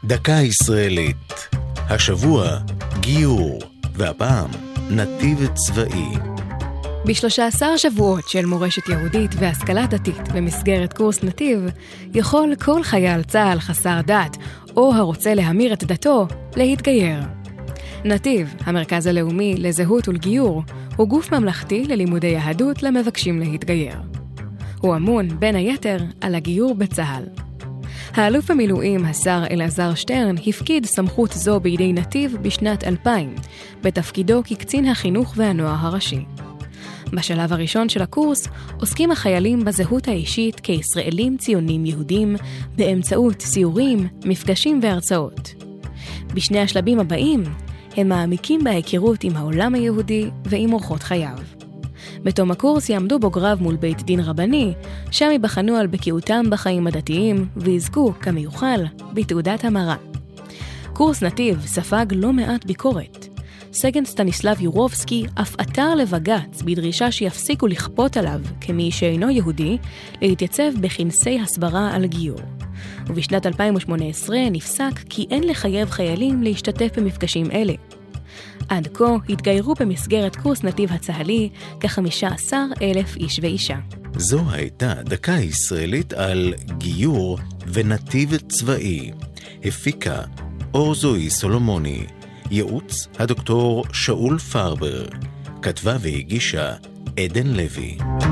דקה ישראלית. השבוע גיור, והפעם נתיב צבאי. ב13 שבועות של מורשת יהודית והשכלה דתית במסגרת קורס נתיב, יכול כל חייל צה"ל חסר דת או הרוצה להמיר את דתו להתגייר. נתיב, המרכז הלאומי לזהות ולגיור, הוא גוף ממלכתי ללימודי יהדות למבקשים להתגייר. הוא אמון בין היתר על הגיור בצה"ל. האלוף במילואים השר אלעזר שטרן הפקיד סמכות זו בידי נתיב בשנת 2000, בתפקידו כקצין החינוך והנוער הראשי. בשלב הראשון של הקורס עוסקים החיילים בזהות האישית כישראלים ציונים יהודים באמצעות סיורים, מפגשים והרצאות. בשני השלבים הבאים הם מעמיקים בהיכרות עם העולם היהודי ועם אורחות חייו. בתום הקורס יעמדו בוגריו מול בית דין רבני, שם יבחנו על בקיאותם בחיים הדתיים ויזכו כמיוחל בתעודת המרה. קורס נתיב ספג לא מעט ביקורת. סגן סטניסלב יורובסקי אף עתר לבג"ץ בדרישה שיפסיקו לכפות עליו, כמי שאינו יהודי, להתייצב בכנסי הסברה על גיור. ובשנת 2018 נפסק כי אין לחייב חיילים להשתתף במפגשים אלה. עד כה התגיירו במסגרת קורס נתיב הצהלי כ-15,000 איש ואישה. זו הייתה דקה ישראלית על גיור ונתיב צבאי. הפיקה אורזוי סולומוני. ייעוץ הדוקטור שאול פרבר. כתבה והגישה עדן לוי.